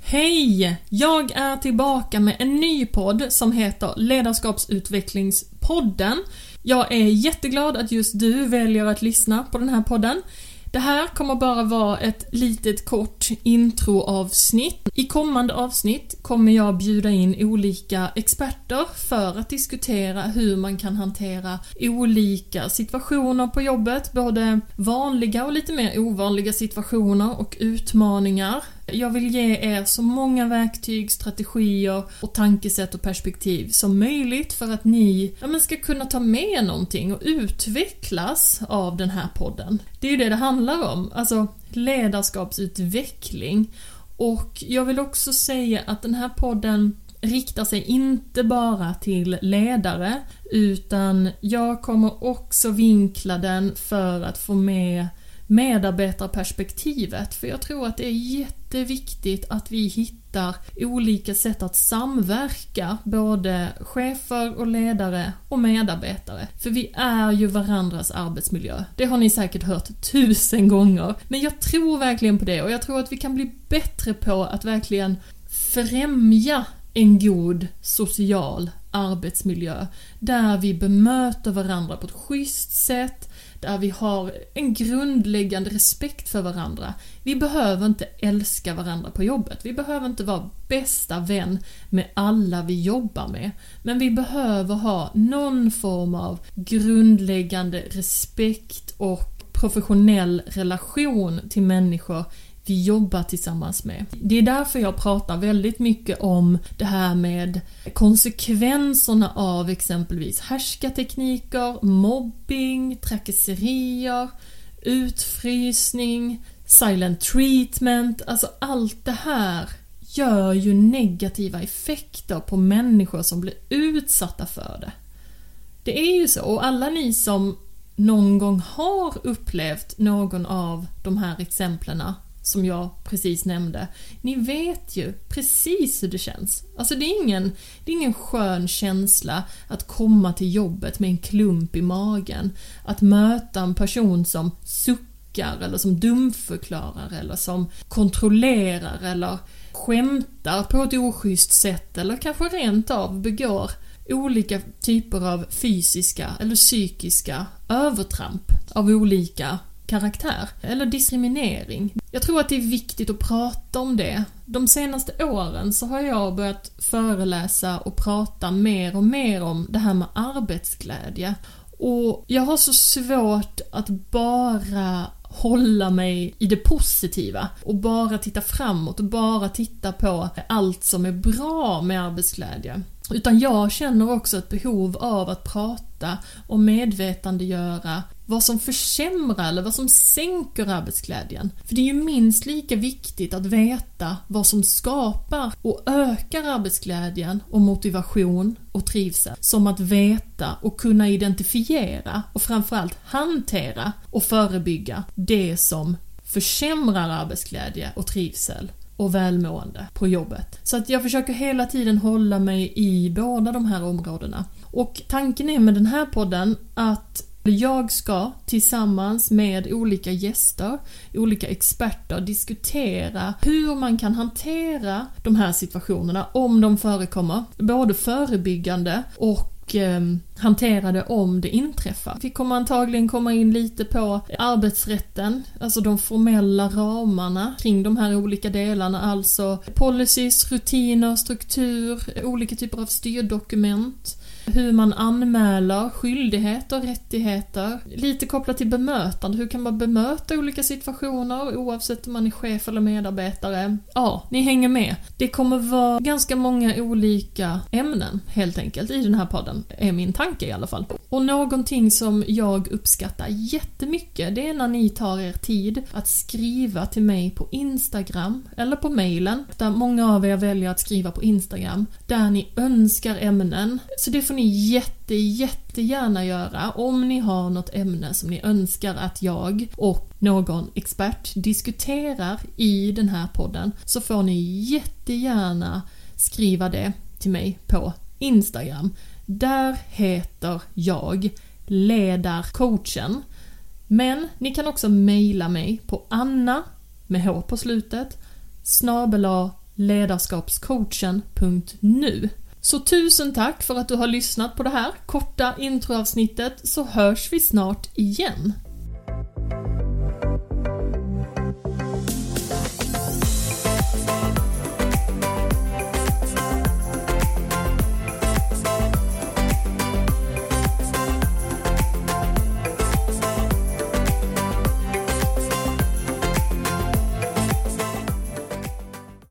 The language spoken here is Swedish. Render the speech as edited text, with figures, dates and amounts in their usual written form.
Hej! Jag är tillbaka med en ny podd som heter Ledarskapsutvecklingspodden. Jag är jätteglad att just du väljer att lyssna på den här podden. Det här kommer bara vara ett litet kort introavsnitt. I kommande avsnitt kommer jag bjuda in olika experter för att diskutera hur man kan hantera olika situationer på jobbet. Både vanliga och lite mer ovanliga situationer och utmaningar. Jag vill ge er så många verktyg, strategier och tankesätt och perspektiv som möjligt för att ni ska kunna ta med någonting och utvecklas av den här podden. Det är ju det handlar om, alltså ledarskapsutveckling. Och jag vill också säga att den här podden riktar sig inte bara till ledare, utan jag kommer också vinkla den för att få med medarbetarperspektivet, för jag tror att det är jätteviktigt att vi hittar olika sätt att samverka, både chefer och ledare och medarbetare, för vi är ju varandras arbetsmiljö. Det har ni säkert hört 1000 gånger, men jag tror verkligen på det, och jag tror att vi kan bli bättre på att verkligen främja en god social arbetsmiljö där vi bemöter varandra på ett schysst sätt, där vi har en grundläggande respekt för varandra. Vi behöver inte älska varandra på jobbet. Vi behöver inte vara bästa vän med alla vi jobbar med. Men vi behöver ha någon form av grundläggande respekt och professionell relation till människor vi jobbar tillsammans med. Det är därför jag pratar väldigt mycket om det här med konsekvenserna av exempelvis härskartekniker, mobbing, trakasserier, utfrysning, silent treatment. Alltså allt det här gör ju negativa effekter på människor som blir utsatta för det. Det är ju så, och alla ni som någon gång har upplevt någon av de här exemplen som jag precis nämnde, ni vet ju precis hur det känns. Alltså det är ingen skön känsla att komma till jobbet med en klump i magen, att möta en person som suckar eller som dumförklarar eller som kontrollerar eller skämtar på ett oschysst sätt eller kanske rent av begår olika typer av fysiska eller psykiska övertramp av olika karaktär eller diskriminering. Jag tror att det är viktigt att prata om det. De senaste åren så har jag börjat föreläsa och prata mer och mer om det här med arbetsglädje. Och jag har så svårt att bara hålla mig i det positiva och bara titta framåt och bara titta på allt som är bra med arbetsglädje. Utan jag känner också ett behov av att prata och medvetandegöra vad som försämrar eller vad som sänker arbetsglädjen. För det är ju minst lika viktigt att veta vad som skapar och ökar arbetsglädjen och motivation och trivsel, som att veta och kunna identifiera och framförallt hantera och förebygga det som försämrar arbetsglädje och trivsel och välmående på jobbet. Så att jag försöker hela tiden hålla mig i båda de här områdena. Och tanken är med den här podden att jag ska tillsammans med olika gäster, olika experter diskutera hur man kan hantera de här situationerna om de förekommer. Både förebyggande och hantera det om det inträffar. Vi kommer antagligen komma in lite på arbetsrätten, alltså de formella ramarna kring de här olika delarna, alltså policies, rutiner, struktur, olika typer av styrdokument, hur man anmäler skyldigheter och rättigheter, lite kopplat till bemötande, hur kan man bemöta olika situationer oavsett om man är chef eller medarbetare. Ja, ni hänger med. Det kommer vara ganska många olika ämnen helt enkelt i den här podden, är min tanke i alla fall. Och någonting som jag uppskattar jättemycket, det är när ni tar er tid att skriva till mig på Instagram eller på mejlen, där många av er väljer att skriva på Instagram, där ni önskar ämnen. Så det får ni jättegärna göra. Om ni har något ämne som ni önskar att jag och någon expert diskuterar i den här podden, så får ni jättegärna skriva det till mig på Instagram. Där heter jag Ledarcoachen. Men ni kan också mejla mig på Anna med H på slutet ledarskapscoachen.nu. Så tusen tack för att du har lyssnat på det här korta introavsnittet, så hörs vi snart igen.